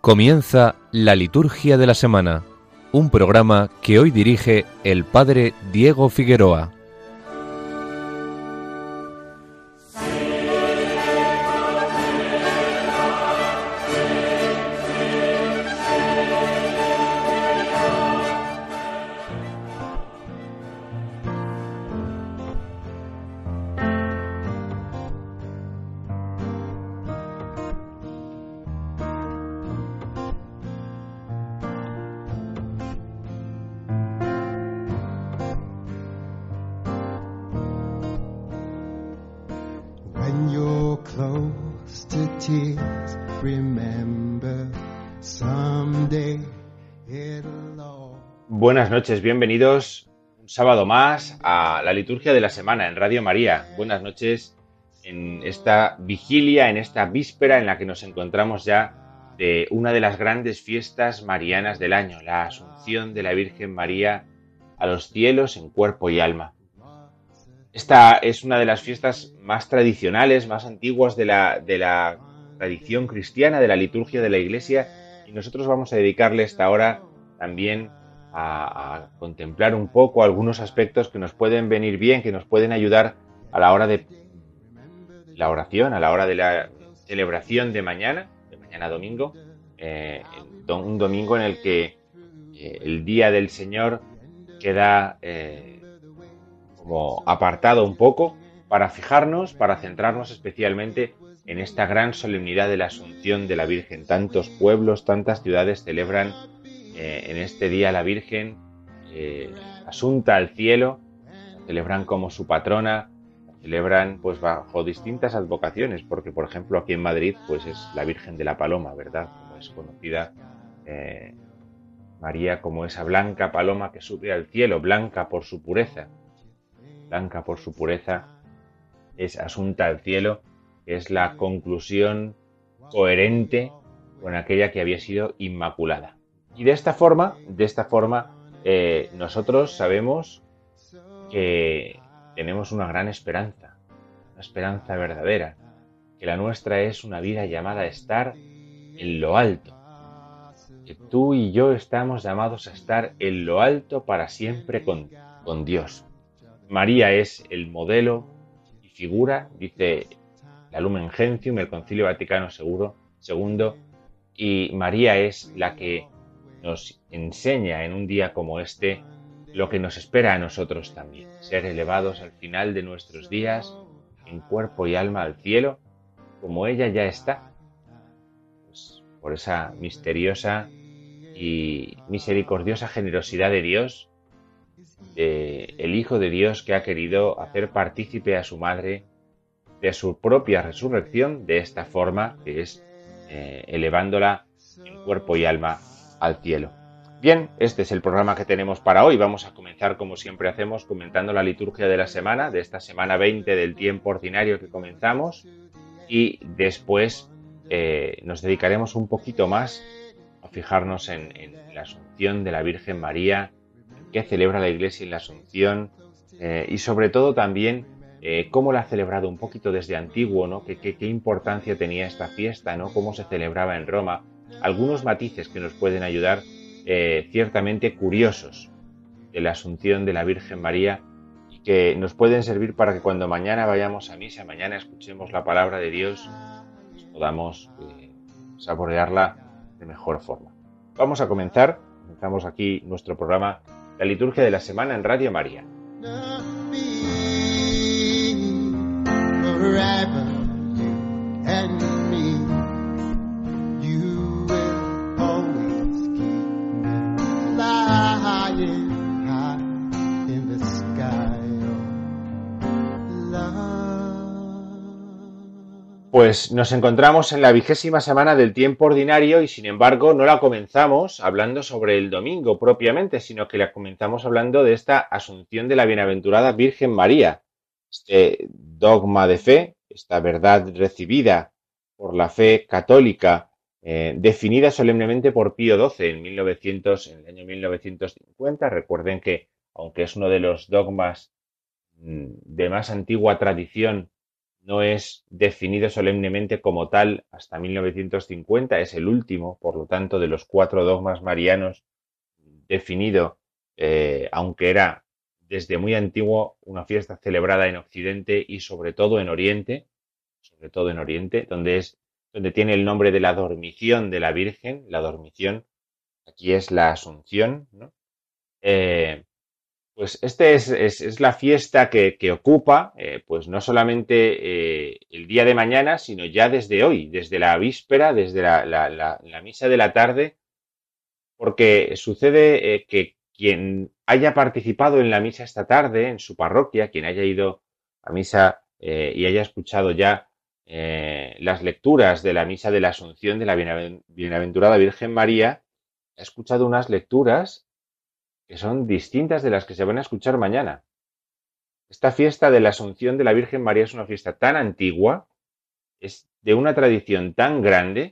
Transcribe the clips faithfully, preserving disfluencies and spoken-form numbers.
Comienza la Liturgia de la Semana, un programa que hoy dirige el Padre Diego Figueroa. Buenas noches, bienvenidos un sábado más a la Liturgia de la Semana en Radio María. Buenas noches en esta vigilia, en esta víspera en la que nos encontramos ya de una de las grandes fiestas marianas del año, la Asunción de la Virgen María a los cielos en cuerpo y alma. Esta es una de las fiestas más tradicionales, más antiguas de la, de la tradición cristiana, de la liturgia de la Iglesia, y nosotros vamos a dedicarle esta hora también A, a contemplar un poco algunos aspectos que nos pueden venir bien, que nos pueden ayudar a la hora de la oración, a la hora de la celebración de mañana, de mañana domingo, eh, un domingo en el que eh, el día del Señor queda eh, como apartado un poco para fijarnos, para centrarnos especialmente en esta gran solemnidad de la Asunción de la Virgen. Tantos pueblos, tantas ciudades celebran Eh, en este día la Virgen eh, asunta al cielo, la celebran como su patrona, la celebran pues bajo distintas advocaciones, porque por ejemplo aquí en Madrid pues es la Virgen de la Paloma, ¿verdad? Como es conocida eh, María como esa blanca paloma que sube al cielo, blanca por su pureza, blanca por su pureza, es asunta al cielo, es la conclusión coherente con aquella que había sido inmaculada. Y de esta forma, de esta forma, eh, nosotros sabemos que tenemos una gran esperanza, una esperanza verdadera, que la nuestra es una vida llamada a estar en lo alto, que tú y yo estamos llamados a estar en lo alto para siempre con, con Dios. María es el modelo y figura, dice la Lumen Gentium, el Concilio Vaticano segundo, y María es la que nos enseña en un día como este lo que nos espera a nosotros también, ser elevados al final de nuestros días en cuerpo y alma al cielo, como ella ya está, pues por esa misteriosa y misericordiosa generosidad de Dios, de el Hijo de Dios que ha querido hacer partícipe a su madre de su propia resurrección de esta forma, que es eh, elevándola en cuerpo y alma al cielo. Bien, este es el programa que tenemos para hoy. Vamos a comenzar, como siempre hacemos, comentando la liturgia de la semana, de esta semana veinte del tiempo ordinario que comenzamos, y después eh, nos dedicaremos un poquito más a fijarnos en, en la Asunción de la Virgen María, qué celebra la Iglesia en la Asunción, eh, y sobre todo también eh, cómo la ha celebrado un poquito desde antiguo, ¿no? Qué, qué, qué importancia tenía esta fiesta, ¿no? Cómo se celebraba en Roma. Algunos matices que nos pueden ayudar, eh, ciertamente curiosos, de la Asunción de la Virgen María y que nos pueden servir para que cuando mañana vayamos a misa, mañana escuchemos la palabra de Dios, pues podamos eh, saborearla de mejor forma. Vamos a comenzar, comenzamos aquí nuestro programa, la Liturgia de la Semana en Radio María. Pues nos encontramos en la vigésima semana del tiempo ordinario y sin embargo no la comenzamos hablando sobre el domingo propiamente, sino que la comenzamos hablando de esta Asunción de la Bienaventurada Virgen María. Este dogma de fe, esta verdad recibida por la fe católica, eh, definida solemnemente por Pío doce en, mil novecientos, en el año mil novecientos cincuenta. Recuerden que, aunque es uno de los dogmas de más antigua tradición no es definido solemnemente como tal hasta mil novecientos cincuenta, es el último, por lo tanto, de los cuatro dogmas marianos definido, eh, aunque era desde muy antiguo una fiesta celebrada en Occidente y sobre todo en Oriente, sobre todo en Oriente, donde es donde tiene el nombre de la dormición de la Virgen, la dormición, aquí es la Asunción, ¿no? Eh, pues este es, es, es la fiesta que, que ocupa, eh, pues no solamente eh, el día de mañana, sino ya desde hoy, desde la víspera, desde la, la, la, la misa de la tarde, porque sucede eh, que quien haya participado en la misa esta tarde, en su parroquia, quien haya ido a misa eh, y haya escuchado ya eh, las lecturas de la misa de la Asunción de la Bienaven- Bienaventurada Virgen María, ha escuchado unas lecturas que son distintas de las que se van a escuchar mañana. Esta fiesta de la Asunción de la Virgen María es una fiesta tan antigua, es de una tradición tan grande,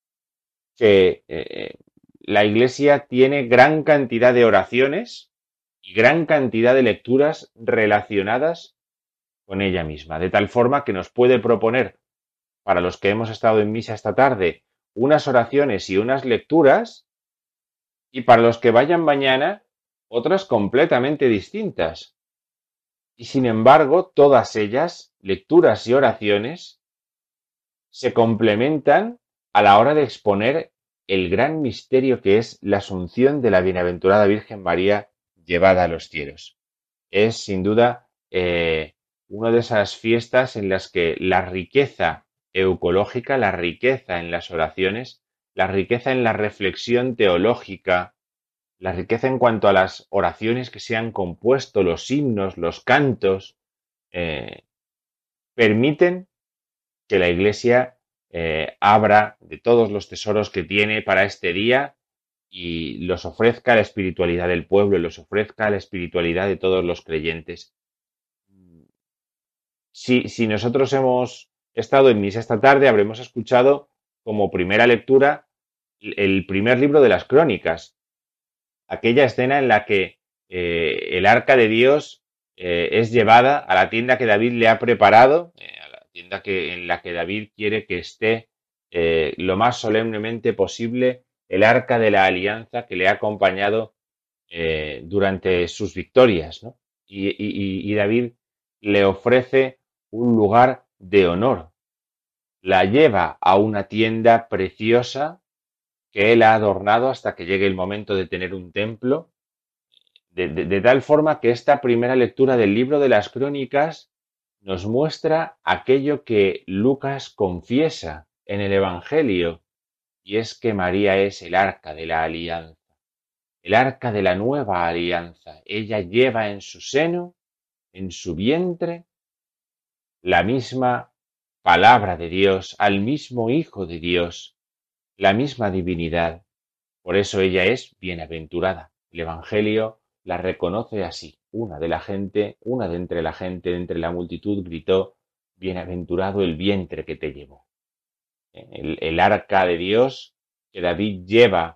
que eh, la Iglesia tiene gran cantidad de oraciones y gran cantidad de lecturas relacionadas con ella misma, de tal forma que nos puede proponer, para los que hemos estado en misa esta tarde, unas oraciones y unas lecturas, y para los que vayan mañana, otras completamente distintas. Y sin embargo, todas ellas, lecturas y oraciones, se complementan a la hora de exponer el gran misterio que es la Asunción de la Bienaventurada Virgen María llevada a los cielos. Es sin duda eh, una de esas fiestas en las que la riqueza eucológica, la riqueza en las oraciones, la riqueza en la reflexión teológica, la riqueza en cuanto a las oraciones que se han compuesto, los himnos, los cantos, eh, permiten que la Iglesia eh, abra de todos los tesoros que tiene para este día y los ofrezca a la espiritualidad del pueblo, los ofrezca a la espiritualidad de todos los creyentes. Si, si nosotros hemos estado en misa esta tarde, habremos escuchado como primera lectura el primer libro de las Crónicas, aquella escena en la que eh, el arca de Dios eh, es llevada a la tienda que David le ha preparado, eh, a la tienda que, en la que David quiere que esté eh, lo más solemnemente posible el arca de la alianza que le ha acompañado eh, durante sus victorias, ¿no? Y, y, y David le ofrece un lugar de honor, la lleva a una tienda preciosa que él ha adornado hasta que llegue el momento de tener un templo, de, de, de tal forma que esta primera lectura del libro de las Crónicas nos muestra aquello que Lucas confiesa en el Evangelio, y es que María es el arca de la alianza, el arca de la nueva alianza. Ella lleva en su seno, en su vientre, la misma palabra de Dios, al mismo Hijo de Dios, la misma divinidad. Por eso ella es bienaventurada. El Evangelio la reconoce así. Una de la gente, una de entre la gente, de entre la multitud, gritó: bienaventurado el vientre que te llevó. El, el arca de Dios que David lleva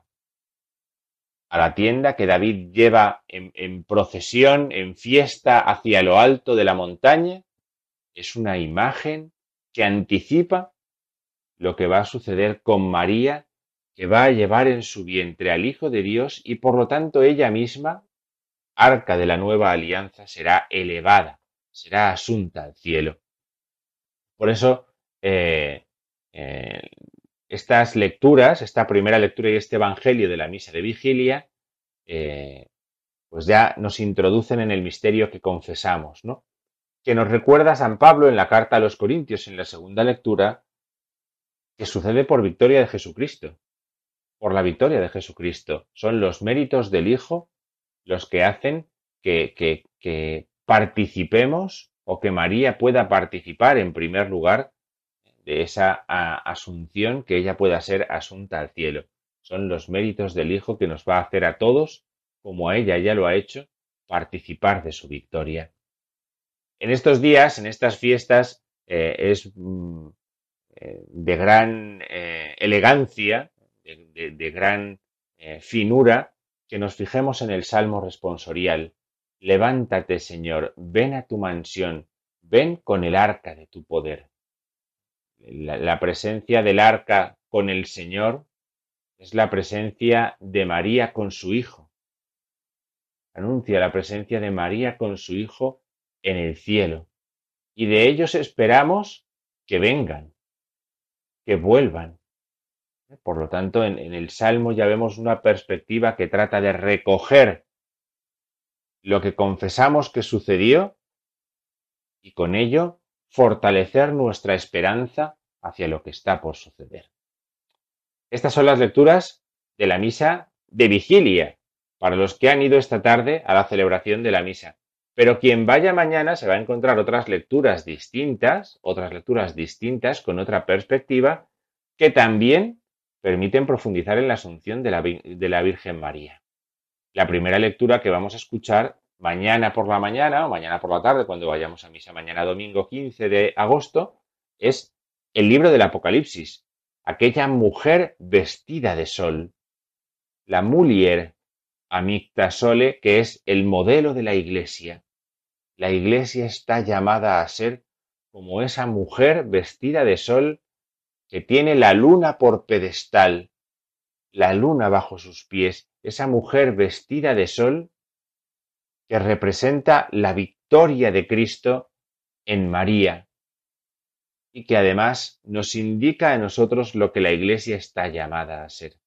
a la tienda, que David lleva en, en procesión, en fiesta hacia lo alto de la montaña, es una imagen que anticipa lo que va a suceder con María, que va a llevar en su vientre al Hijo de Dios y por lo tanto ella misma, arca de la nueva alianza, será elevada, será asunta al cielo. Por eso, eh, eh, estas lecturas, esta primera lectura y este Evangelio de la misa de vigilia, eh, pues ya nos introducen en el misterio que confesamos, ¿no? Que nos recuerda San Pablo en la carta a los Corintios, en la segunda lectura, que sucede por victoria de Jesucristo, por la victoria de Jesucristo. Son los méritos del Hijo los que hacen que, que, que participemos o que María pueda participar en primer lugar de esa a, asunción, que ella pueda ser asunta al cielo. Son los méritos del Hijo que nos va a hacer a todos, como a ella ya lo ha hecho, participar de su victoria. En estos días, en estas fiestas, eh, es mm, eh, de gran eh, elegancia, de, de, de gran eh, finura, que nos fijemos en el Salmo responsorial. Levántate, Señor, ven a tu mansión, ven con el arca de tu poder. La, la presencia del arca con el Señor es la presencia de María con su Hijo. Anuncia la presencia de María con su Hijo en el cielo. Y de ellos esperamos que vengan, que vuelvan. Por lo tanto, en, en el Salmo ya vemos una perspectiva que trata de recoger lo que confesamos que sucedió y con ello fortalecer nuestra esperanza hacia lo que está por suceder. Estas son las lecturas de la misa de vigilia para los que han ido esta tarde a la celebración de la misa. Pero quien vaya mañana se va a encontrar otras lecturas distintas, otras lecturas distintas con otra perspectiva que también permiten profundizar en la asunción de la, de la Virgen María. La primera lectura que vamos a escuchar mañana por la mañana o mañana por la tarde, cuando vayamos a misa mañana domingo quince de agosto, es el libro del Apocalipsis, aquella mujer vestida de sol, la mulier amicta sole, que es el modelo de la Iglesia. La Iglesia está llamada a ser como esa mujer vestida de sol que tiene la luna por pedestal, la luna bajo sus pies, esa mujer vestida de sol que representa la victoria de Cristo en María y que además nos indica a nosotros lo que la Iglesia está llamada a ser.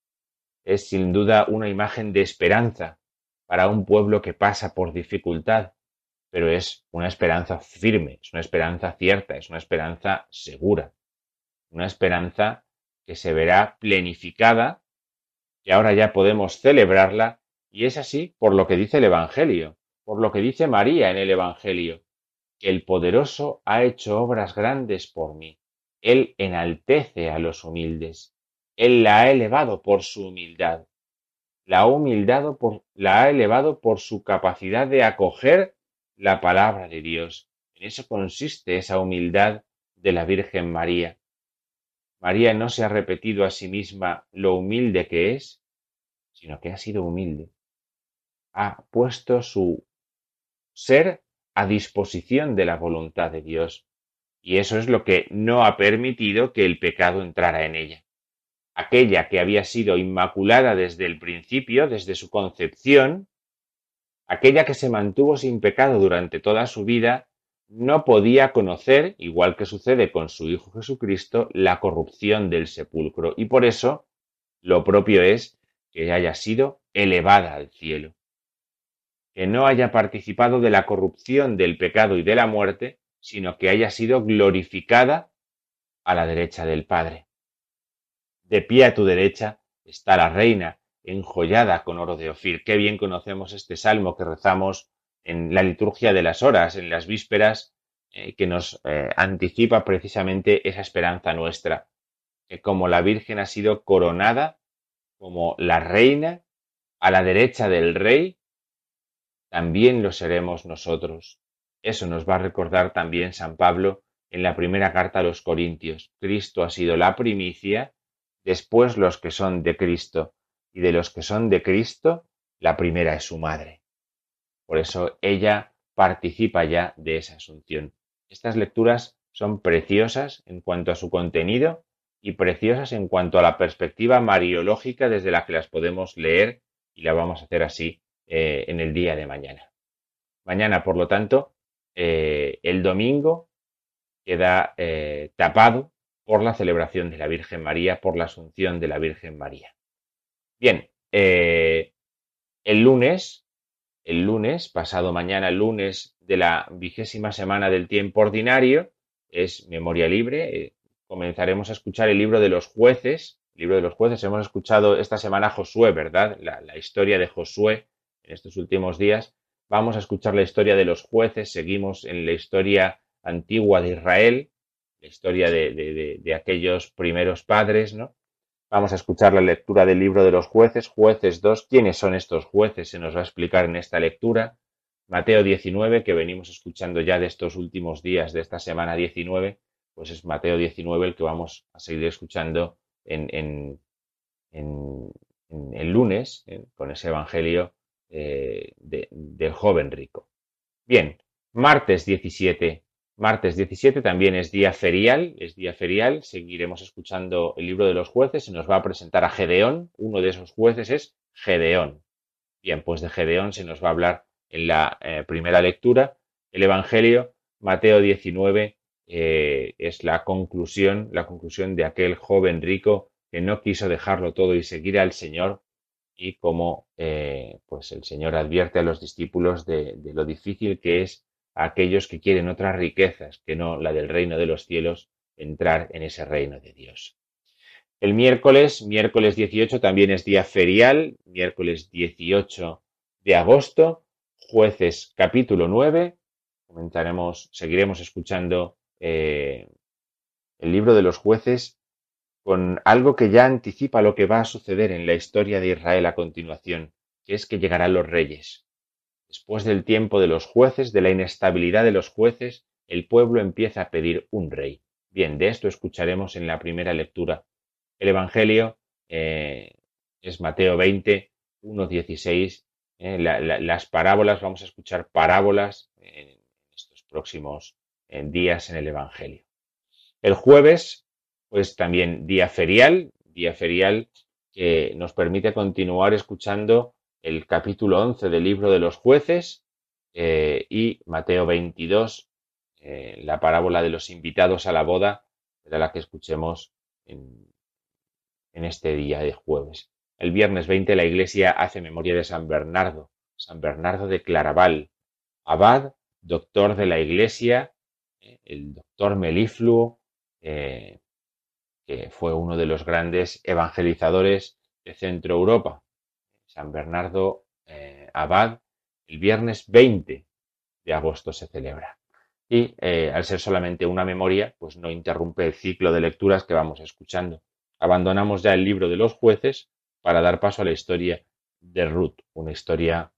Es sin duda una imagen de esperanza para un pueblo que pasa por dificultad, pero es una esperanza firme, es una esperanza cierta, es una esperanza segura, una esperanza que se verá plenificada, que ahora ya podemos celebrarla, y es así por lo que dice el Evangelio, por lo que dice María en el Evangelio, que el poderoso ha hecho obras grandes por mí. Él enaltece a los humildes. Él la ha elevado por su humildad. La ha, humildado por, la ha elevado por su capacidad de acoger la palabra de Dios. En eso consiste esa humildad de la Virgen María. María no se ha repetido a sí misma lo humilde que es, sino que ha sido humilde. Ha puesto su ser a disposición de la voluntad de Dios. Y eso es lo que no ha permitido que el pecado entrara en ella. Aquella que había sido inmaculada desde el principio, desde su concepción, aquella que se mantuvo sin pecado durante toda su vida, no podía conocer, igual que sucede con su Hijo Jesucristo, la corrupción del sepulcro. Y por eso lo propio es que haya sido elevada al cielo, que no haya participado de la corrupción del pecado y de la muerte, sino que haya sido glorificada a la derecha del Padre. De pie a tu derecha está la reina, enjollada con oro de Ofir. Qué bien conocemos este salmo que rezamos en la liturgia de las horas, en las vísperas, eh, que nos eh, anticipa precisamente esa esperanza nuestra, que como la Virgen ha sido coronada como la reina a la derecha del Rey, también lo seremos nosotros. Eso nos va a recordar también San Pablo en la primera carta a los Corintios. Cristo ha sido la primicia, después los que son de Cristo, y de los que son de Cristo, la primera es su madre. Por eso ella participa ya de esa asunción. Estas lecturas son preciosas en cuanto a su contenido y preciosas en cuanto a la perspectiva mariológica desde la que las podemos leer, y la vamos a hacer así eh, en el día de mañana. Mañana, por lo tanto, eh, el domingo queda eh, tapado por la celebración de la Virgen María, por la Asunción de la Virgen María. Bien, eh, el lunes, el lunes, pasado mañana, el lunes de la vigésima semana del tiempo ordinario, es memoria libre. Eh, comenzaremos a escuchar el libro de los jueces. El libro de los jueces, hemos escuchado esta semana Josué, ¿verdad? La, la historia de Josué en estos últimos días. Vamos a escuchar la historia de los jueces, seguimos en la historia antigua de Israel, la historia de, de, de, de aquellos primeros padres, ¿no? Vamos a escuchar la lectura del libro de los jueces, Jueces dos. ¿Quiénes son estos jueces? Se nos va a explicar en esta lectura. Mateo diecinueve, que venimos escuchando ya de estos últimos días de esta semana diecinueve, pues es Mateo diecinueve el que vamos a seguir escuchando en, en, en, en el lunes, en, con ese evangelio eh, de, del joven rico. Bien, martes diecisiete, Martes diecisiete también es día ferial, es día ferial, seguiremos escuchando el libro de los jueces, se nos va a presentar a Gedeón, uno de esos jueces es Gedeón. Bien, pues de Gedeón se nos va a hablar en la eh, primera lectura. El Evangelio, Mateo diecinueve, eh, es la conclusión, la conclusión de aquel joven rico que no quiso dejarlo todo y seguir al Señor, y cómo eh, pues el Señor advierte a los discípulos de, de lo difícil que es a aquellos que quieren otras riquezas que no la del reino de los cielos, entrar en ese reino de Dios. El miércoles, miércoles dieciocho, también es día ferial, miércoles dieciocho de agosto, Jueces capítulo nueve, comenzaremos, seguiremos escuchando eh, el libro de los jueces con algo que ya anticipa lo que va a suceder en la historia de Israel a continuación, que es que llegarán los reyes. Después del tiempo de los jueces, de la inestabilidad de los jueces, el pueblo empieza a pedir un rey. Bien, de esto escucharemos en la primera lectura. El Evangelio eh, es Mateo veinte, uno, dieciséis. Eh, la, la, las parábolas, vamos a escuchar parábolas en estos próximos eh, días en el Evangelio. El jueves, pues también día ferial, día ferial que nos permite continuar escuchando el capítulo once del libro de los jueces eh, y Mateo veintidós, eh, la parábola de los invitados a la boda, de la que escuchemos en, en este día de jueves. El viernes veinte la Iglesia hace memoria de San Bernardo, San Bernardo de Claraval, abad, doctor de la Iglesia, eh, el doctor melifluo, eh, que fue uno de los grandes evangelizadores de Centro Europa. San Bernardo eh, abad, el viernes veinte de agosto se celebra. Y eh, al ser solamente una memoria, pues no interrumpe el ciclo de lecturas que vamos escuchando. Abandonamos ya el libro de los jueces para dar paso a la historia de Ruth, una historia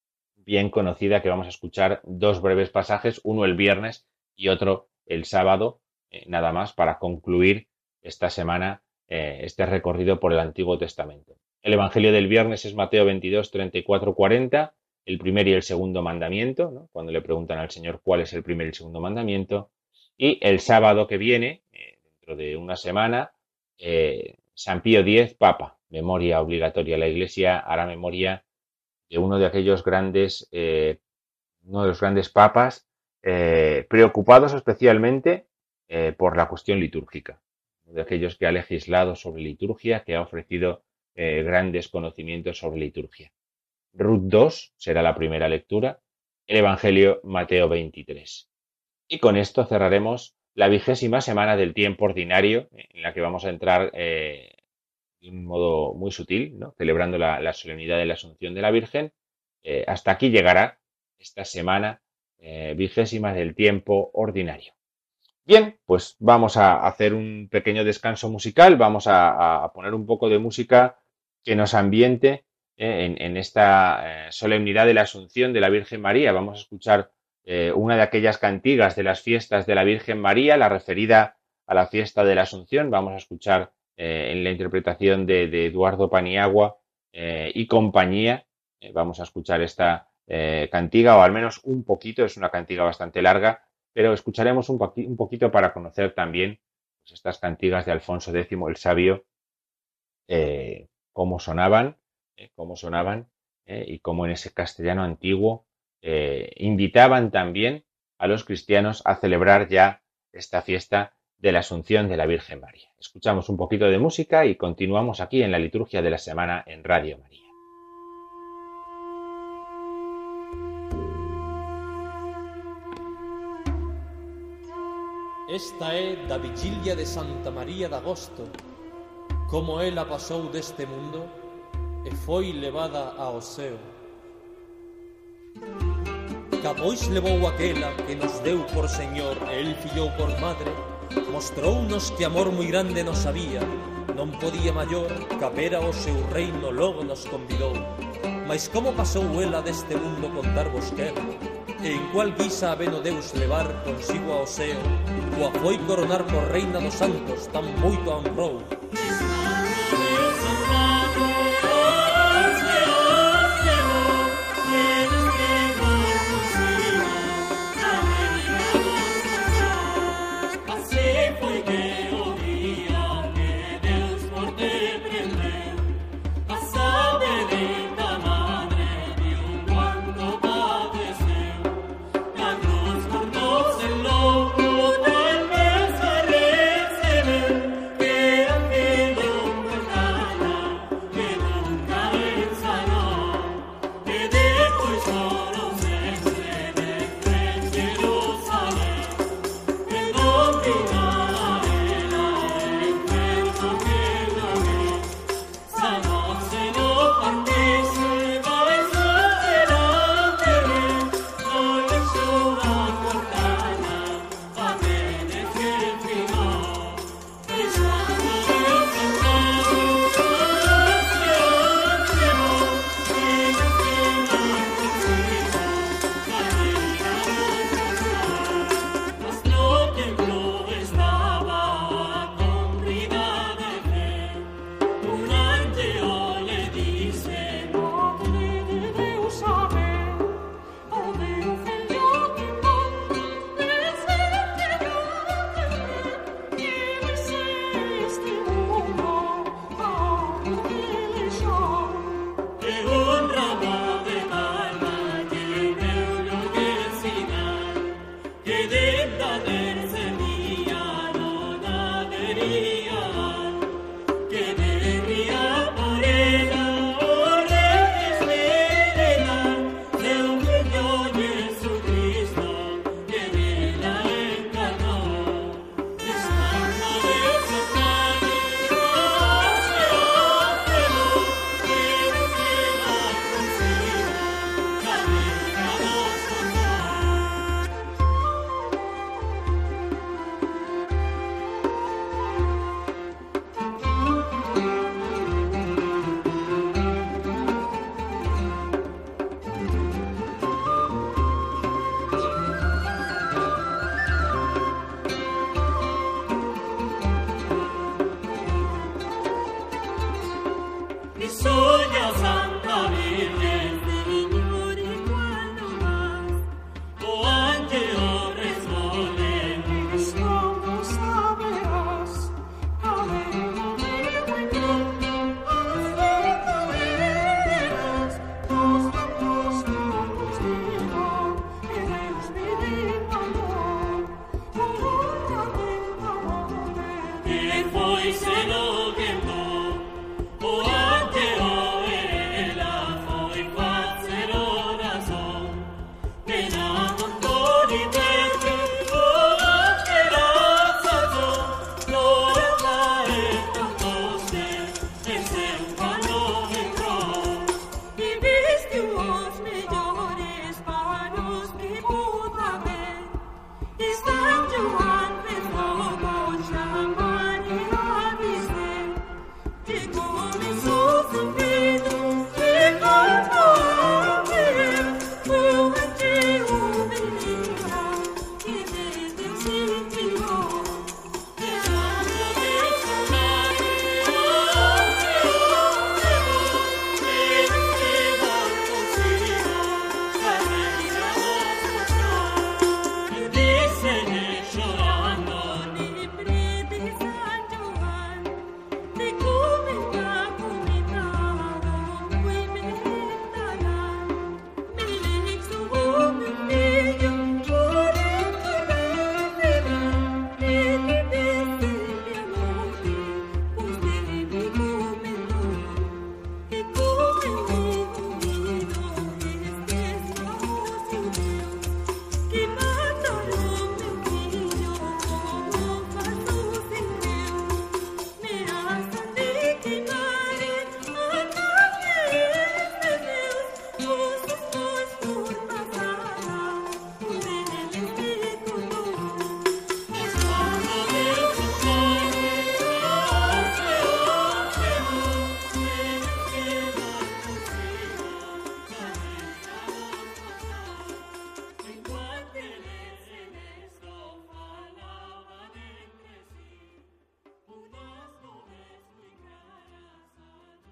bien conocida que vamos a escuchar dos breves pasajes, uno el viernes y otro el sábado, eh, nada más para concluir esta semana, eh, este recorrido por el Antiguo Testamento. El Evangelio del viernes es Mateo veintidós, treinta y cuatro, cuarenta, el primer y el segundo mandamiento, ¿no? Cuando le preguntan al Señor cuál es el primer y el segundo mandamiento. Y el sábado que viene, eh, dentro de una semana, eh, San Pío X, Papa, memoria obligatoria. La Iglesia hará memoria de uno de aquellos grandes, eh, uno de los grandes papas, eh, preocupados especialmente eh, por la cuestión litúrgica, de aquellos que ha legislado sobre liturgia, que ha ofrecido eh, grandes conocimientos sobre liturgia. Ruth dos será la primera lectura, el Evangelio Mateo veintitrés. Y con esto cerraremos la vigésima semana del tiempo ordinario, en la que vamos a entrar eh, de un modo muy sutil, ¿no? Celebrando la, la solemnidad de la Asunción de la Virgen. Eh, hasta aquí llegará esta semana eh, vigésima del tiempo ordinario. Bien, pues vamos a hacer un pequeño descanso musical, vamos a, a poner un poco de música que nos ambiente eh, en, en esta eh, solemnidad de la Asunción de la Virgen María. Vamos a escuchar eh, una de aquellas cantigas de las fiestas de la Virgen María, la referida a la fiesta de la Asunción. Vamos a escuchar eh, en la interpretación de, de Eduardo Paniagua eh, y compañía. Eh, vamos a escuchar esta eh, cantiga, o al menos un poquito, es una cantiga bastante larga, pero escucharemos un, poqu un poquito para conocer también pues, estas cantigas de Alfonso X el Sabio, eh, cómo sonaban, eh, cómo sonaban eh, y cómo en ese castellano antiguo eh, invitaban también a los cristianos a celebrar ya esta fiesta de la Asunción de la Virgen María. Escuchamos un poquito de música y continuamos aquí en la liturgia de la semana en Radio María. Esta é da vigilia de Santa María de Agosto, como ela pasou deste mundo e foi levada ao ceo. Capois levou aquela que nos deu por Señor e el fillou por madre, mostrounos que amor moi grande nos había, non podía maior, capera o seu reino logo nos convidou. Mas como pasou ela deste mundo contarvos quero, e en cual guisa a veno Deus levar consigo ao ceo, coa foi coronar por reina dos santos, tan moito a honrou.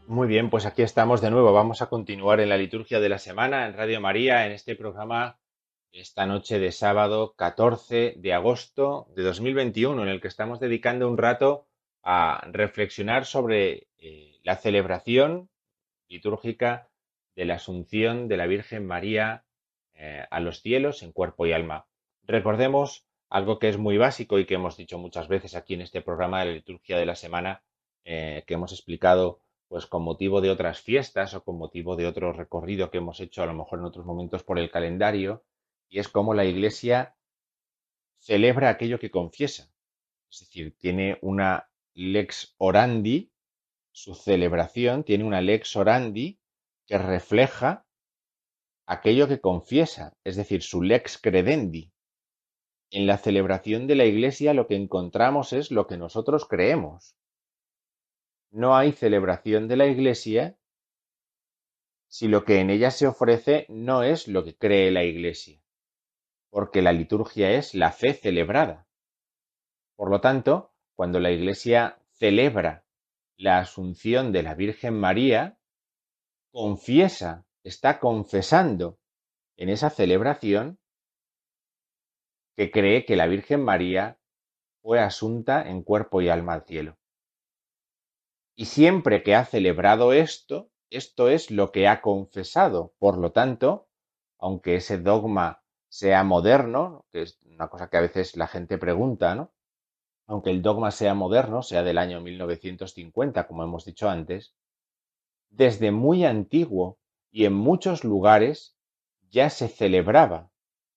Muy bien, pues aquí estamos de nuevo. Vamos a continuar en la liturgia de la semana en Radio María, en este programa, esta noche de sábado catorce de agosto de dos mil veintiuno, en el que estamos dedicando un rato a reflexionar sobre eh, la celebración litúrgica de la Asunción de la Virgen María eh, a los cielos en cuerpo y alma. Recordemos algo que es muy básico y que hemos dicho muchas veces aquí en este programa de la liturgia de la semana, eh, que hemos explicado pues con motivo de otras fiestas o con motivo de otro recorrido que hemos hecho a lo mejor en otros momentos por el calendario, y es cómo la Iglesia celebra aquello que confiesa. Es decir, tiene una lex orandi, su celebración tiene una lex orandi que refleja aquello que confiesa, es decir, su lex credendi. En la celebración de la Iglesia lo que encontramos es lo que nosotros creemos. No hay celebración de la Iglesia si lo que en ella se ofrece no es lo que cree la Iglesia, porque la liturgia es la fe celebrada. Por lo tanto, cuando la Iglesia celebra la Asunción de la Virgen María, confiesa, está confesando en esa celebración que cree que la Virgen María fue asunta en cuerpo y alma al cielo. Y siempre que ha celebrado esto, esto es lo que ha confesado. Por lo tanto, aunque ese dogma sea moderno, que es una cosa que a veces la gente pregunta, ¿no? Aunque el dogma sea moderno, sea del año mil novecientos cincuenta, como hemos dicho antes, desde muy antiguo y en muchos lugares ya se celebraba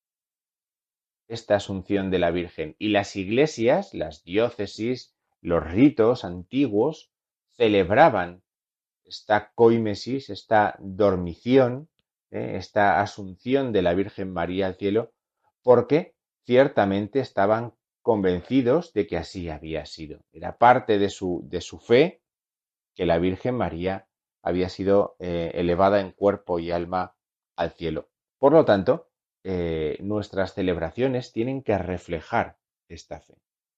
esta Asunción de la Virgen. Y las iglesias, las diócesis, los ritos antiguos celebraban esta coimesis, esta dormición, ¿eh? esta Asunción de la Virgen María al cielo, porque ciertamente estaban convencidos de que así había sido. Era parte de su, de su fe que la Virgen María había sido eh, elevada en cuerpo y alma al cielo. Por lo tanto, eh, nuestras celebraciones tienen que reflejar esta fe.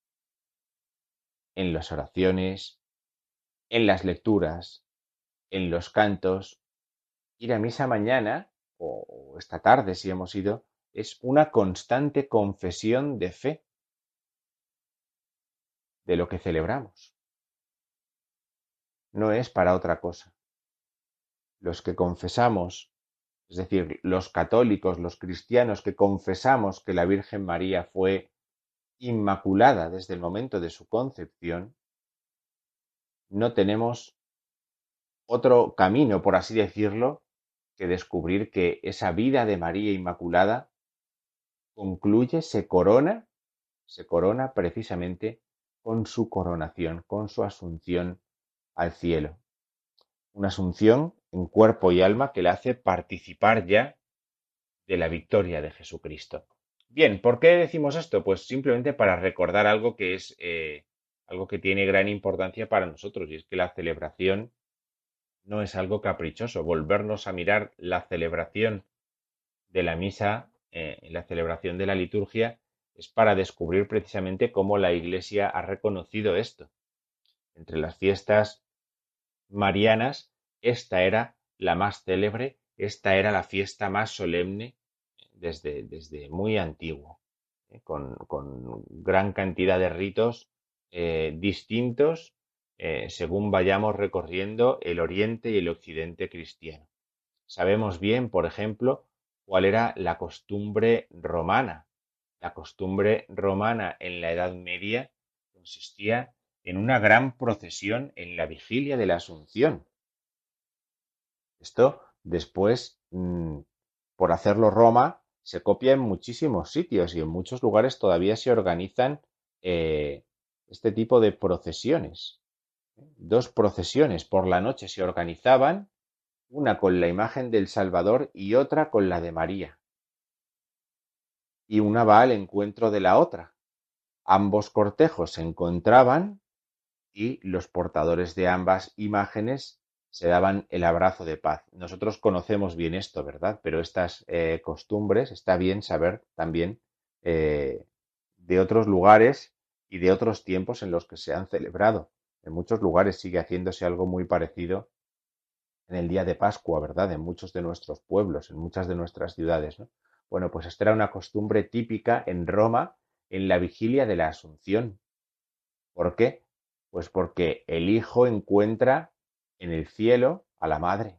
En las oraciones, en las lecturas, en los cantos. Ir a misa mañana, o, o esta tarde si hemos ido, es una constante confesión de fe de lo que celebramos. No es para otra cosa. Los que confesamos, es decir, los católicos, los cristianos que confesamos que la Virgen María fue inmaculada desde el momento de su concepción, no tenemos otro camino, por así decirlo, que descubrir que esa vida de María Inmaculada concluye, se corona, se corona precisamente con su coronación, con su asunción al cielo. Una asunción en cuerpo y alma que le hace participar ya de la victoria de Jesucristo. Bien, ¿por qué decimos esto? Pues simplemente para recordar algo que es eh, algo que tiene gran importancia para nosotros, y es que la celebración no es algo caprichoso. Volvernos a mirar la celebración de la misa, eh, la celebración de la liturgia, es para descubrir precisamente cómo la Iglesia ha reconocido esto. Entre las fiestas marianas, esta era la más célebre, esta era la fiesta más solemne desde, desde muy antiguo, ¿eh? con, con gran cantidad de ritos eh, distintos eh, según vayamos recorriendo el oriente y el occidente cristiano. Sabemos bien, por ejemplo, cuál era la costumbre romana. La costumbre romana en la Edad Media consistía en una gran procesión en la vigilia de la Asunción. Esto después, mmm, por hacerlo Roma, se copia en muchísimos sitios y en muchos lugares todavía se organizan eh, este tipo de procesiones. Dos procesiones por la noche se organizaban, una con la imagen del Salvador y otra con la de María. Y una va al encuentro de la otra. Ambos cortejos se encontraban y los portadores de ambas imágenes se daban el abrazo de paz. Nosotros conocemos bien esto, ¿verdad? Pero estas eh, costumbres está bien saber también eh, de otros lugares y de otros tiempos en los que se han celebrado. En muchos lugares sigue haciéndose algo muy parecido en el día de Pascua, ¿verdad? En muchos de nuestros pueblos, en muchas de nuestras ciudades, ¿no? Bueno, pues esta era una costumbre típica en Roma en la vigilia de la Asunción. ¿Por qué? Pues porque el hijo encuentra en el cielo a la madre.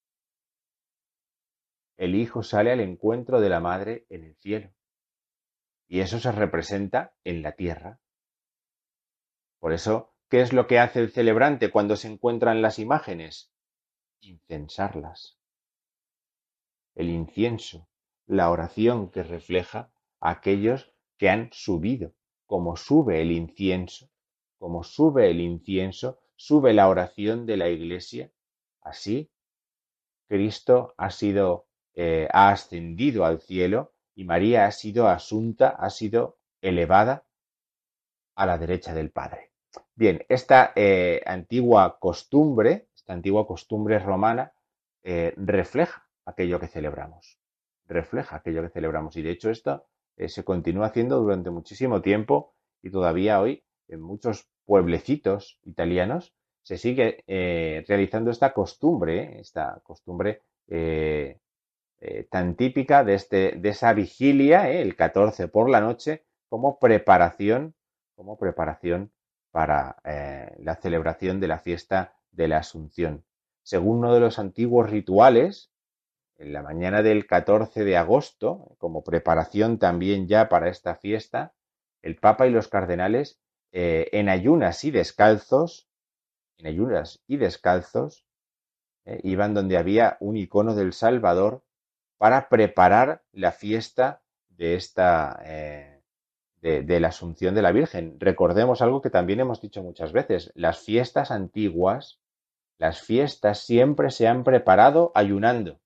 El hijo sale al encuentro de la madre en el cielo. Y eso se representa en la tierra. Por eso, ¿qué es lo que hace el celebrante cuando se encuentran las imágenes? Incensarlas. El incienso, la oración que refleja a aquellos que han subido. Como sube el incienso, como sube el incienso, sube la oración de la Iglesia. Así, Cristo ha sido, eh, ha ascendido al cielo y María ha sido asunta, ha sido elevada a la derecha del Padre. Bien, esta eh, antigua costumbre, esta antigua costumbre romana, eh, refleja aquello que celebramos. Refleja aquello que celebramos. Y de hecho esto eh, se continúa haciendo durante muchísimo tiempo y todavía hoy en muchos pueblecitos italianos se sigue eh, realizando esta costumbre, eh, esta costumbre eh, eh, tan típica de, este, de esa vigilia, eh, el catorce por la noche, como preparación, como preparación para eh, la celebración de la fiesta de la Asunción. Según uno de los antiguos rituales, en la mañana del catorce de agosto, como preparación también ya para esta fiesta, el Papa y los cardenales, eh, en ayunas y descalzos, en ayunas y descalzos, eh, iban donde había un icono del Salvador para preparar la fiesta de esta eh, de, de la Asunción de la Virgen. Recordemos algo que también hemos dicho muchas veces: las fiestas antiguas, las fiestas siempre se han preparado ayunando.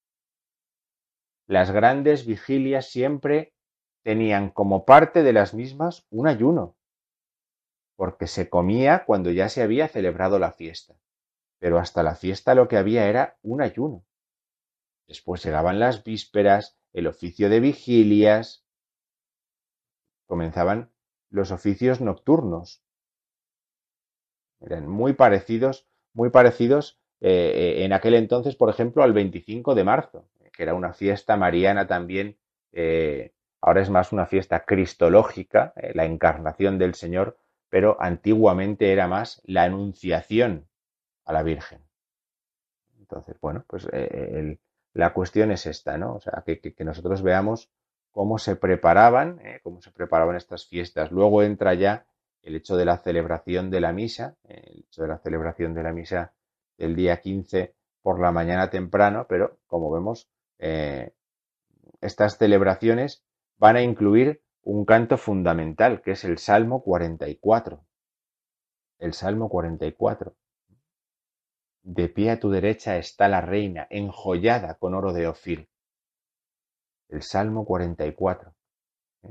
Las grandes vigilias siempre tenían como parte de las mismas un ayuno, porque se comía cuando ya se había celebrado la fiesta, pero hasta la fiesta lo que había era un ayuno. Después llegaban las vísperas, el oficio de vigilias, comenzaban los oficios nocturnos. Eran muy parecidos, muy parecidos eh, en aquel entonces, por ejemplo, al veinticinco de marzo, que era una fiesta mariana también. Eh, ahora es más una fiesta cristológica, eh, la encarnación del Señor, pero antiguamente era más la anunciación a la Virgen. Entonces, bueno, pues eh, el, la cuestión es esta, ¿no? O sea, que, que, que nosotros veamos cómo se preparaban, eh, cómo se preparaban estas fiestas. Luego entra ya el hecho de la celebración de la misa, eh, el hecho de la celebración de la misa del día quince por la mañana temprano, pero como vemos, eh, estas celebraciones van a incluir un canto fundamental, que es el Salmo cuarenta y cuatro. El Salmo cuarenta y cuatro. De pie a tu derecha está la reina, enjollada con oro de Ofir. El Salmo cuarenta y cuatro. ¿eh?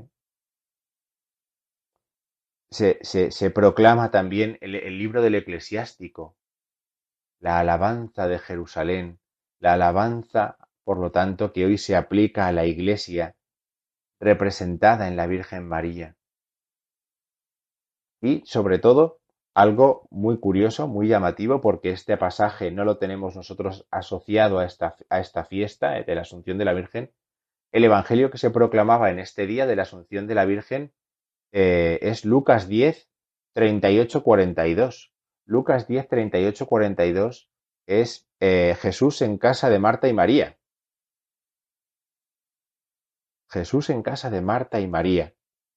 Se, se, se proclama también el, el libro del Eclesiástico, la alabanza de Jerusalén, la alabanza, por lo tanto, que hoy se aplica a la Iglesia, representada en la Virgen María. Y, sobre todo, algo muy curioso, muy llamativo, porque este pasaje no lo tenemos nosotros asociado a esta, a esta fiesta de la Asunción de la Virgen. El evangelio que se proclamaba en este día de la Asunción de la Virgen eh, es Lucas diez, treinta y ocho, cuarenta y dos. Lucas diez, treinta y ocho, cuarenta y dos es eh, Jesús en casa de Marta y María. Jesús en casa de Marta y María.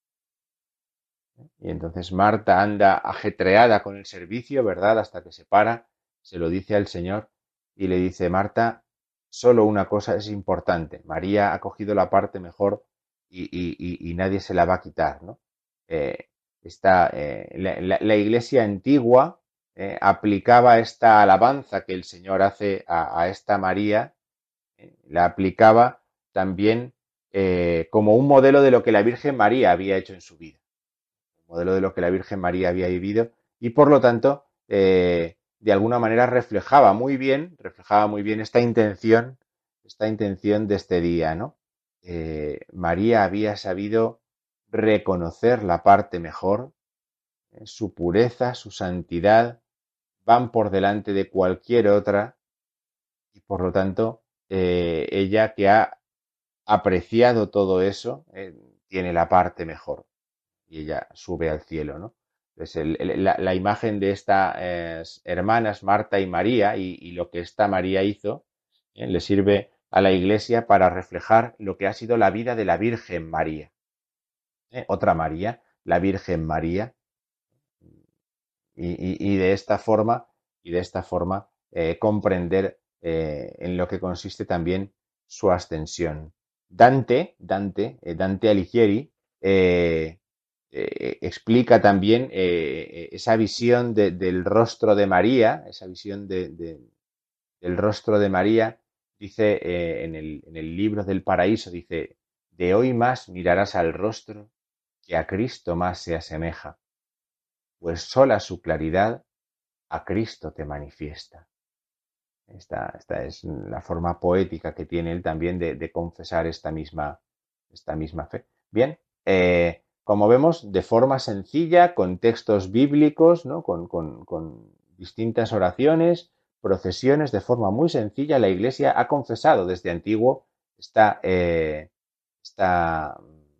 Y entonces Marta anda ajetreada con el servicio, ¿verdad? Hasta que se para, se lo dice al Señor y le dice: Marta, solo una cosa es importante. María ha cogido la parte mejor y, y, y, y nadie se la va a quitar, ¿no? Eh, esta, eh, la, la, la Iglesia antigua eh, aplicaba esta alabanza que el Señor hace a, a esta María, eh, la aplicaba también eh, como un modelo de lo que la Virgen María había hecho en su vida. Modelo de lo que la Virgen María había vivido y por lo tanto eh, de alguna manera reflejaba muy bien, reflejaba muy bien esta intención, esta intención de este día, ¿no? Eh, María había sabido reconocer la parte mejor, eh, su pureza, su santidad van por delante de cualquier otra Y por lo tanto, eh, ella que ha apreciado todo eso, eh, tiene la parte mejor y ella sube al cielo, ¿no? Entonces, el- el- la, la imagen de estas hermanas, Marta y María, y, y lo que esta María hizo, ¿eh? Le sirve a la Iglesia para reflejar lo que ha sido la vida de la Virgen María, ¿eh? Otra María, la Virgen María, y, y- y de esta forma, y de esta forma eh, comprender eh, en lo que consiste también su ascensión. Dante, Dante, eh, Dante Alighieri, eh, eh, explica también eh, esa visión de- del rostro de María, esa visión de- de- del rostro de María, dice eh, en el, en el libro del paraíso, dice, de hoy más mirarás al rostro que a Cristo más se asemeja, pues sola su claridad a Cristo te manifiesta. Esta, esta es la forma poética que tiene él también de, de confesar esta misma, esta misma fe. Bien, eh, como vemos, de forma sencilla, con textos bíblicos, ¿no? con, con, con distintas oraciones, procesiones, de forma muy sencilla, la Iglesia ha confesado desde antiguo esta, eh, esta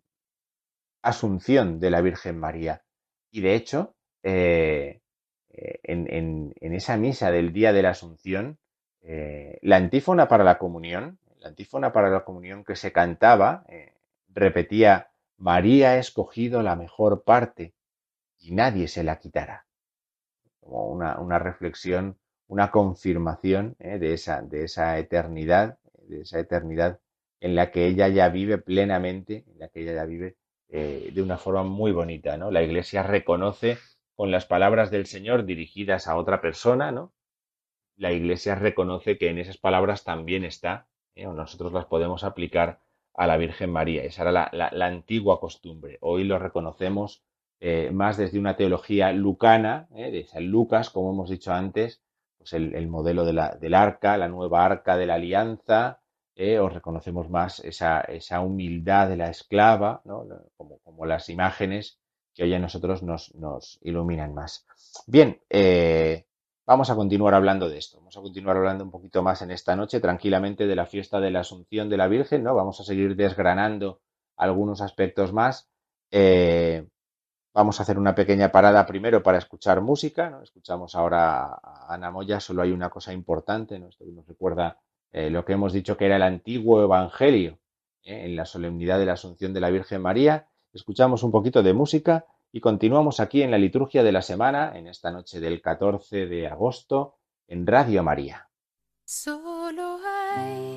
asunción de la Virgen María. Y de hecho, eh, eh, en, en- en esa misa del día de la Asunción, eh, la antífona para la comunión, la antífona para la comunión que se cantaba, eh, repetía, María ha escogido la mejor parte y nadie se la quitará. Como una, una reflexión, una confirmación eh, de esa, de esa eternidad, de esa eternidad en la que ella ya vive plenamente, en la que ella ya vive eh, de una forma muy bonita, ¿no? La Iglesia reconoce con las palabras del Señor dirigidas a otra persona, ¿no? La Iglesia reconoce que en esas palabras también está, ¿eh? O nosotros las podemos aplicar a la Virgen María. Esa era la, la- la antigua costumbre. Hoy lo reconocemos eh, más desde una teología lucana, ¿eh? De San Lucas, como hemos dicho antes, pues el, el modelo de la- del arca, la nueva arca de la alianza, ¿eh? O reconocemos más esa, esa humildad de la esclava, ¿no? Como, como las imágenes que hoy a nosotros nos, nos iluminan más. Bien, eh, vamos a continuar hablando de esto. Vamos a continuar hablando un poquito más en esta noche, tranquilamente, de la fiesta de la Asunción de la Virgen, ¿no? Vamos a seguir desgranando algunos aspectos más. Eh, vamos a hacer una pequeña parada primero para escuchar música, ¿no? Escuchamos ahora a Ana Moya, solo hay una cosa importante, ¿no? Esto nos recuerda eh, lo que hemos dicho que era el antiguo Evangelio, ¿eh? En la solemnidad de la Asunción de la Virgen María. Escuchamos un poquito de música y continuamos aquí en la liturgia de la semana, en esta noche del catorce de agosto, en Radio María. Solo hay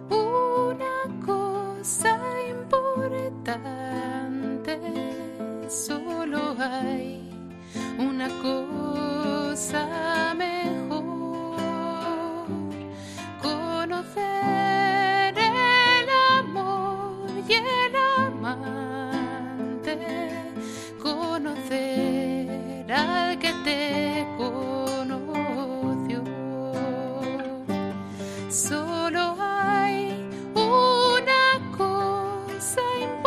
una cosa importante, solo hay una cosa mejor, conocer el amor y el amante, conocer al que te conoció. Solo hay una cosa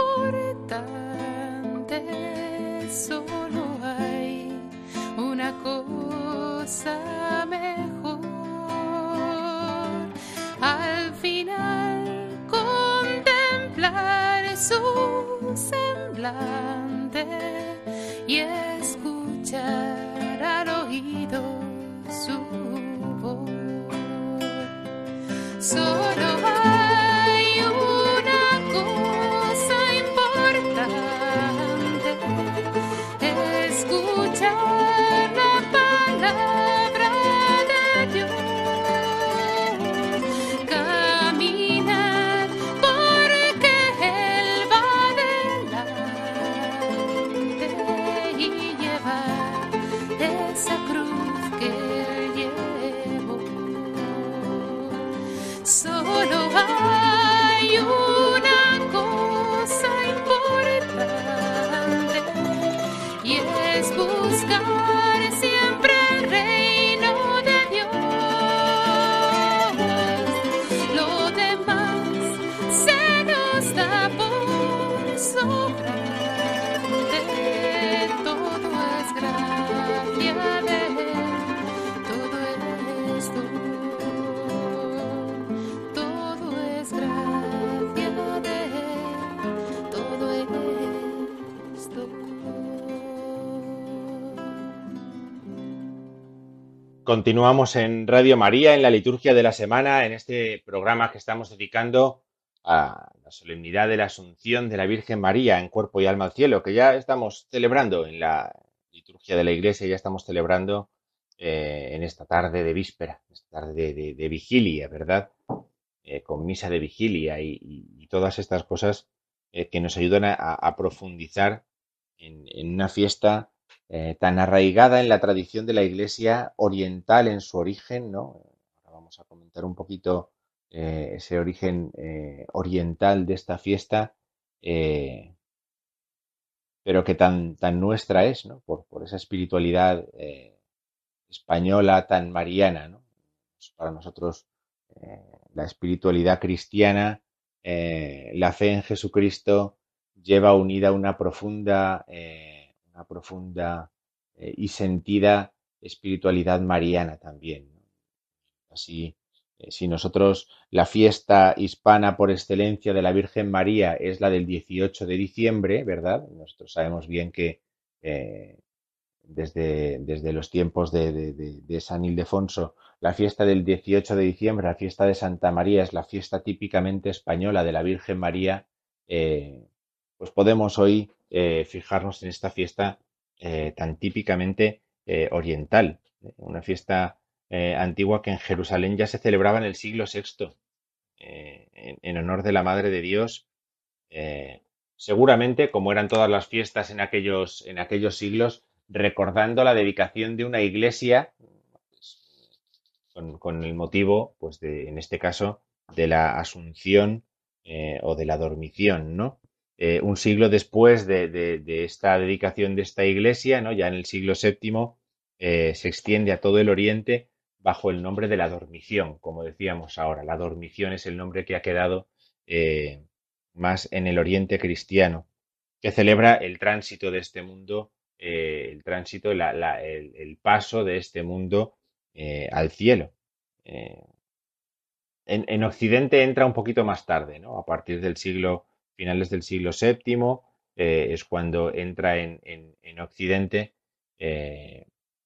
importante, solo hay una cosa mejor. Al final contemplar su semblante y escuchar al oído su voz. Solo hay una cosa importante, escuchar la palabra de Dios, caminar porque Él va adelante y llevar esa cruz que Él llevó. Solo Continuamos en Radio María, en la liturgia de la semana, en este programa que estamos dedicando a la solemnidad de la Asunción de la Virgen María en cuerpo y alma al cielo, que ya estamos celebrando en la liturgia de la Iglesia, ya estamos celebrando eh, en esta tarde de víspera, esta tarde de, de, de vigilia, ¿verdad? Eh, con misa de vigilia y, y, y todas estas cosas eh, que nos ayudan a, a profundizar en, en una fiesta eh, tan arraigada en la tradición de la Iglesia oriental en su origen, ¿no? Ahora vamos a comentar un poquito eh, ese origen eh, oriental de esta fiesta, eh, pero que tan, tan nuestra es, ¿no? Por, por esa espiritualidad eh, española tan mariana, ¿no? Pues para nosotros eh, la espiritualidad cristiana, eh, la fe en Jesucristo lleva unida una profunda, eh, una profunda eh, y sentida espiritualidad mariana también, ¿no? Así, eh, si nosotros la fiesta hispana por excelencia de la Virgen María es la del dieciocho de diciembre, ¿verdad? Nosotros sabemos bien que eh, desde, desde los tiempos de, de, de, de San Ildefonso, la fiesta del dieciocho de diciembre, la fiesta de Santa María, es la fiesta típicamente española de la Virgen María, eh, pues podemos hoy eh, fijarnos en esta fiesta eh, tan típicamente eh, oriental, ¿eh? Una fiesta eh, antigua que en Jerusalén ya se celebraba en el siglo sexto, eh, en, en honor de la Madre de Dios. Eh, seguramente, como eran todas las fiestas en aquellos, en aquellos siglos, recordando la dedicación de una iglesia, pues, con, con el motivo, pues de, en este caso, de la Asunción eh, o de la Dormición, ¿no? Eh, un siglo después de, de, de esta dedicación de esta iglesia, ¿no? Ya en el siglo séptimo, eh, se extiende a todo el Oriente bajo el nombre de la Dormición, como decíamos ahora. La Dormición es el nombre que ha quedado eh, más en el Oriente cristiano, que celebra el tránsito de este mundo, eh, el tránsito, la, la, el, el, paso de este mundo eh, al cielo. Eh, en, en Occidente entra un poquito más tarde, ¿no? A partir del siglo, finales del siglo séptimo, eh, es cuando entra en, en, en Occidente eh,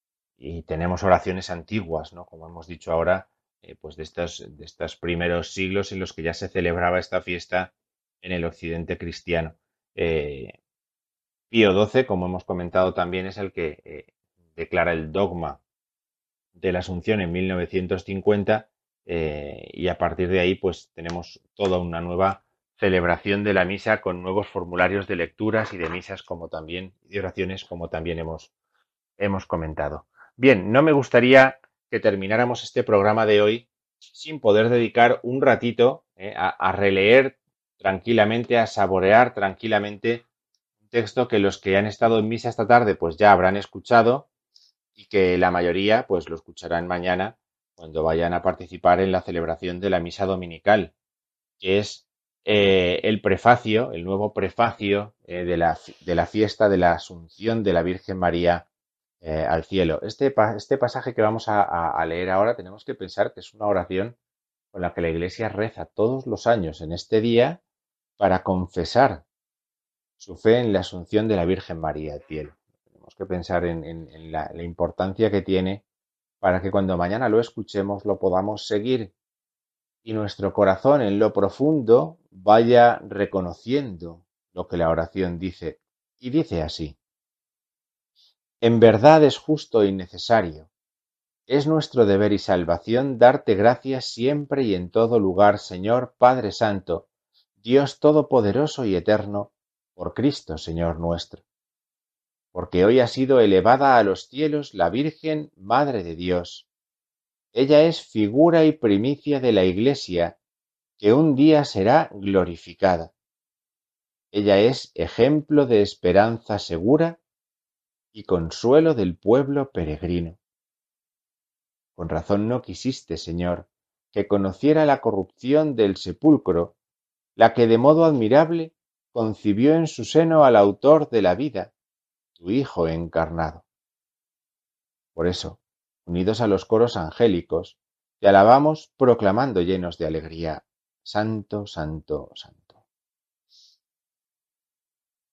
y tenemos oraciones antiguas, ¿no? Como hemos dicho ahora, eh, pues de estos, de estos primeros siglos en los que ya se celebraba esta fiesta en el Occidente cristiano. Eh, Pío doce, como hemos comentado también, es el que eh, declara el dogma de la Asunción en mil novecientos cincuenta eh, y a partir de ahí pues tenemos toda una nueva celebración de la misa con nuevos formularios de lecturas y de misas como también, y de oraciones como también hemos, hemos comentado. Bien, no me gustaría que termináramos este programa de hoy sin poder dedicar un ratito eh, a, a releer tranquilamente, a saborear tranquilamente un texto que los que han estado en misa esta tarde pues ya habrán escuchado y que la mayoría pues lo escucharán mañana cuando vayan a participar en la celebración de la misa dominical, que es eh, el prefacio, el nuevo prefacio eh, de, la, de la fiesta de la Asunción de la Virgen María eh, al cielo. Este, este pasaje que vamos a, a leer ahora tenemos que pensar que es una oración con la que la Iglesia reza todos los años en este día para confesar su fe en la Asunción de la Virgen María al cielo. Tenemos que pensar en, en, en la, la importancia que tiene para que cuando mañana lo escuchemos lo podamos seguir y nuestro corazón en lo profundo vaya reconociendo lo que la oración dice. Y dice así: en verdad es justo y necesario, es nuestro deber y salvación darte gracias siempre y en todo lugar, Señor Padre Santo, Dios Todopoderoso y Eterno, por Cristo, Señor nuestro. Porque hoy ha sido elevada a los cielos la Virgen, Madre de Dios. Ella es figura y primicia de la Iglesia, que un día será glorificada. Ella es ejemplo de esperanza segura y consuelo del pueblo peregrino. Con razón no quisiste, Señor, que conociera la corrupción del sepulcro, la que de modo admirable concibió en su seno al autor de la vida, tu Hijo encarnado. Por eso, unidos a los coros angélicos, te alabamos proclamando llenos de alegría: Santo, Santo, Santo.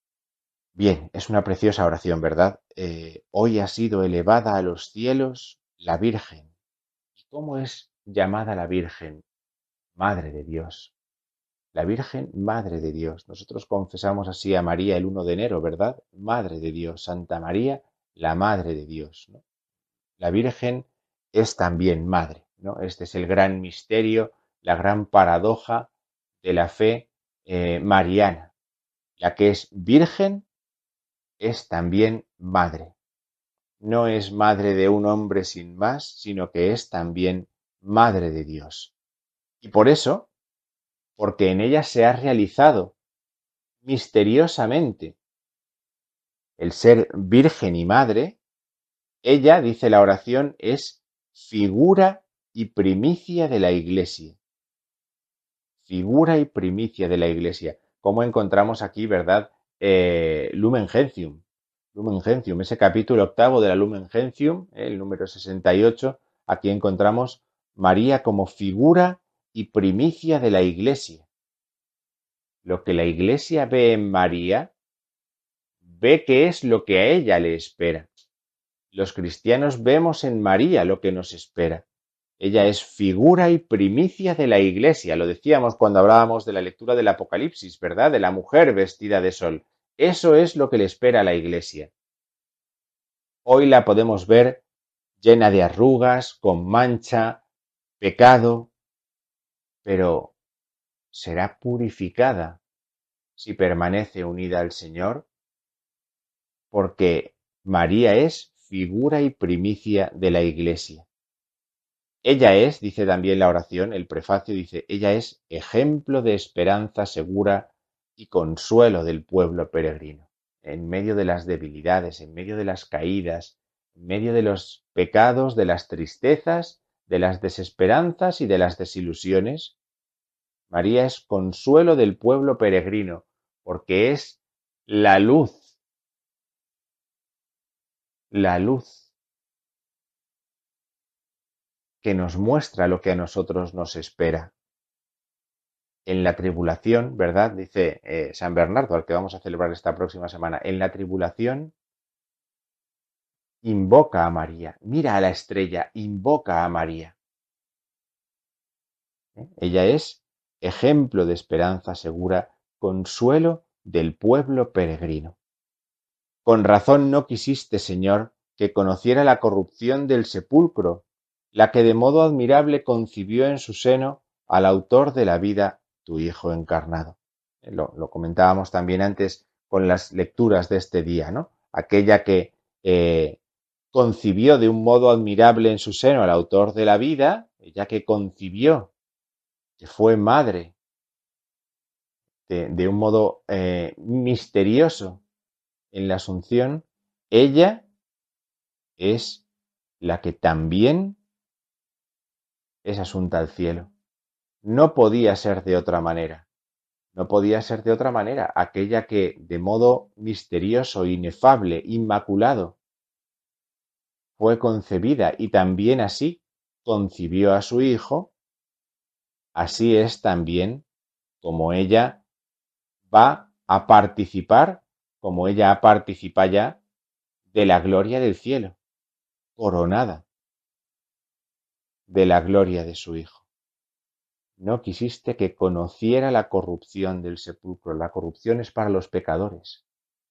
Bien, es una preciosa oración, ¿verdad? Eh, hoy ha sido elevada a los cielos la Virgen. ¿Y cómo es llamada la Virgen? Madre de Dios. La Virgen, Madre de Dios. Nosotros confesamos así a María el primero de enero, ¿verdad? Madre de Dios, Santa María, la Madre de Dios, ¿no? La Virgen es también Madre, ¿no? Este es el gran misterio, la gran paradoja de la fe eh, mariana. La que es Virgen es también Madre. No es madre de un hombre sin más, sino que es también Madre de Dios. Y por eso, porque en ella se ha realizado misteriosamente el ser virgen y madre, ella, dice la oración, es figura y primicia de la Iglesia. Figura y primicia de la Iglesia. Como encontramos aquí, ¿verdad? Eh, Lumen Gentium. Lumen Gentium, ese capítulo octavo de la Lumen Gentium, eh, el número sesenta y ocho, aquí encontramos María como figura y primicia de la Iglesia. Lo que la Iglesia ve en María, ve que es lo que a ella le espera. Los cristianos vemos en María lo que nos espera. Ella es figura y primicia de la Iglesia. Lo decíamos cuando hablábamos de la lectura del Apocalipsis, ¿verdad? De la mujer vestida de sol. Eso es lo que le espera a la Iglesia. Hoy la podemos ver llena de arrugas, con mancha, pecado, pero será purificada si permanece unida al Señor, porque María es figura y primicia de la Iglesia. Ella es, dice también la oración, el prefacio dice, ella es ejemplo de esperanza segura y consuelo del pueblo peregrino, en medio de las debilidades, en medio de las caídas, en medio de los pecados, de las tristezas, de las desesperanzas y de las desilusiones. María es consuelo del pueblo peregrino, porque es la luz, la luz que nos muestra lo que a nosotros nos espera. En la tribulación, ¿verdad? Dice eh, San Bernardo, al que vamos a celebrar esta próxima semana, en la tribulación invoca a María, mira a la estrella, invoca a María. ¿Eh? Ella es ejemplo de esperanza segura, consuelo del pueblo peregrino. Con razón no quisiste, Señor, que conociera la corrupción del sepulcro, la que de modo admirable concibió en su seno al autor de la vida, tu Hijo encarnado. Lo, lo comentábamos también antes con las lecturas de este día, ¿no? Aquella que eh, concibió de un modo admirable en su seno al autor de la vida, ella que concibió, que fue madre, de, de un modo eh, misterioso en la Asunción, ella es la que también es asunta al cielo. No podía ser de otra manera. No podía ser de otra manera. Aquella que de modo misterioso, inefable, inmaculado, fue concebida y también así concibió a su Hijo, así es también como ella va a participar, como ella ha participado ya de la gloria del cielo, coronada de la gloria de su Hijo. No quisiste que conociera la corrupción del sepulcro. La corrupción es para los pecadores.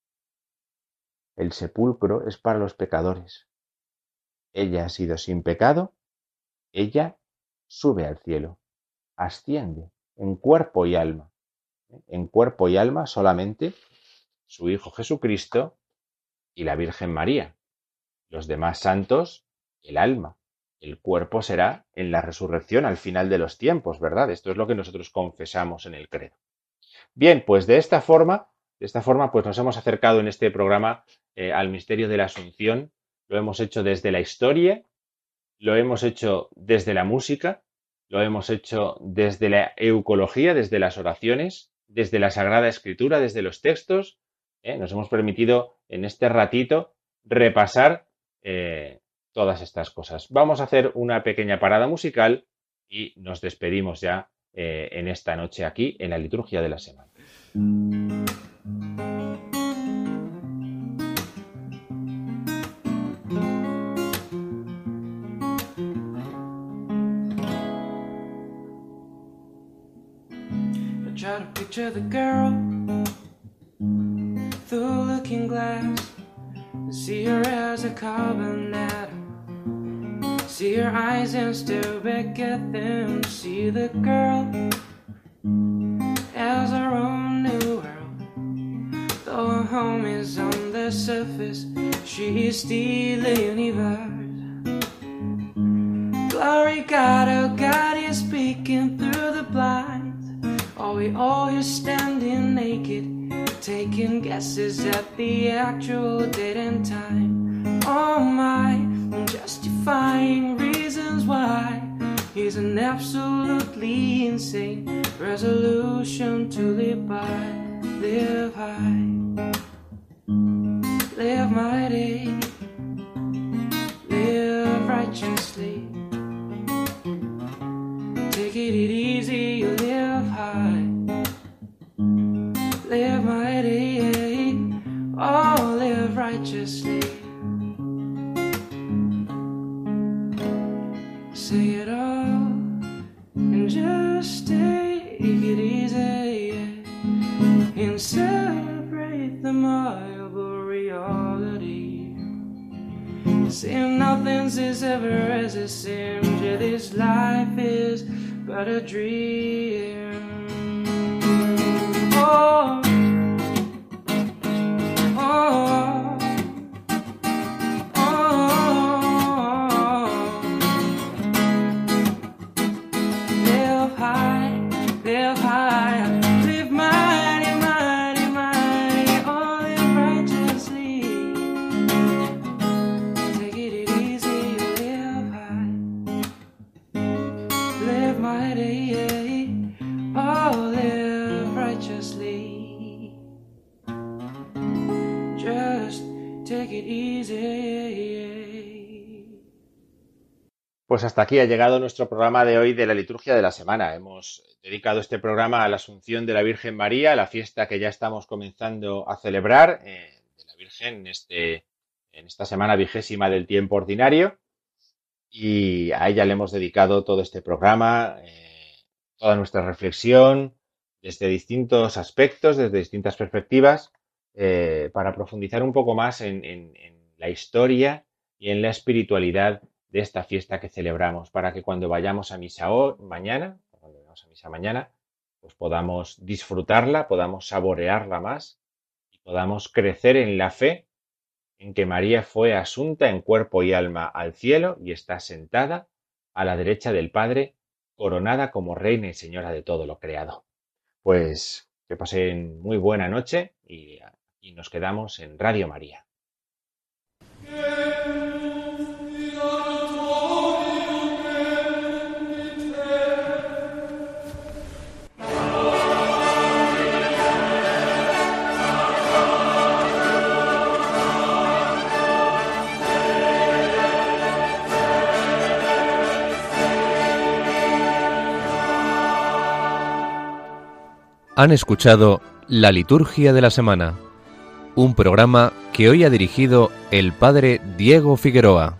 El sepulcro es para los pecadores. Ella ha sido sin pecado, ella sube al cielo, asciende en cuerpo y alma. En cuerpo y alma solamente su Hijo Jesucristo y la Virgen María. Los demás santos, el alma. El cuerpo será en la resurrección al final de los tiempos, ¿verdad? Esto es lo que nosotros confesamos en el credo. Bien, pues de esta forma, de esta forma, pues nos hemos acercado en este programa eh, al misterio de la Asunción. Lo hemos hecho desde la historia, lo hemos hecho desde la música, lo hemos hecho desde la eucología, desde las oraciones, desde la Sagrada Escritura, desde los textos. ¿eh? Nos hemos permitido en este ratito repasar eh, todas estas cosas. Vamos a hacer una pequeña parada musical y nos despedimos ya eh, en esta noche aquí en la liturgia de la semana. Try to picture the girl through a looking glass. See her as a carbon atom. See her eyes and stare back at them. See the girl as her own new world. Though her home is on the surface, she is still a universe. Glory God, oh God, is speaking through the blinds. Are we all here standing naked, taking guesses at the actual date and time? Oh my, justifying reasons why is an absolutely insane resolution to live by. Live high, live mighty, live righteously. Take it easy, you live high, live mighty, oh, live righteously. Say it all and just take it easy, yeah, and celebrate the marble reality. Say nothing's as ever as it seems, yeah, this life is but a dream. Oh, oh, oh, live high, live high, live mighty, mighty, mighty, oh, live righteously. Take it easy, live high, live mighty, oh, live righteously. Just take it easy. Pues hasta aquí ha llegado nuestro programa de hoy de la liturgia de la semana. Hemos dedicado este programa a la Asunción de la Virgen María, la fiesta que ya estamos comenzando a celebrar eh, de la Virgen en, este, en esta semana vigésima del tiempo ordinario. Y a ella le hemos dedicado todo este programa, eh, toda nuestra reflexión, desde distintos aspectos, desde distintas perspectivas, eh, para profundizar un poco más en, en, en la historia y en la espiritualidad de esta fiesta que celebramos, para que cuando vayamos a misa hoy, mañana, cuando vayamos a misa mañana, pues podamos disfrutarla, podamos saborearla más y podamos crecer en la fe en que María fue asunta en cuerpo y alma al cielo y está sentada a la derecha del Padre, coronada como reina y señora de todo lo creado. Pues que pasen muy buena noche y, y nos quedamos en Radio María. Han escuchado La Liturgia de la Semana, un programa que hoy ha dirigido el padre Diego Figueroa.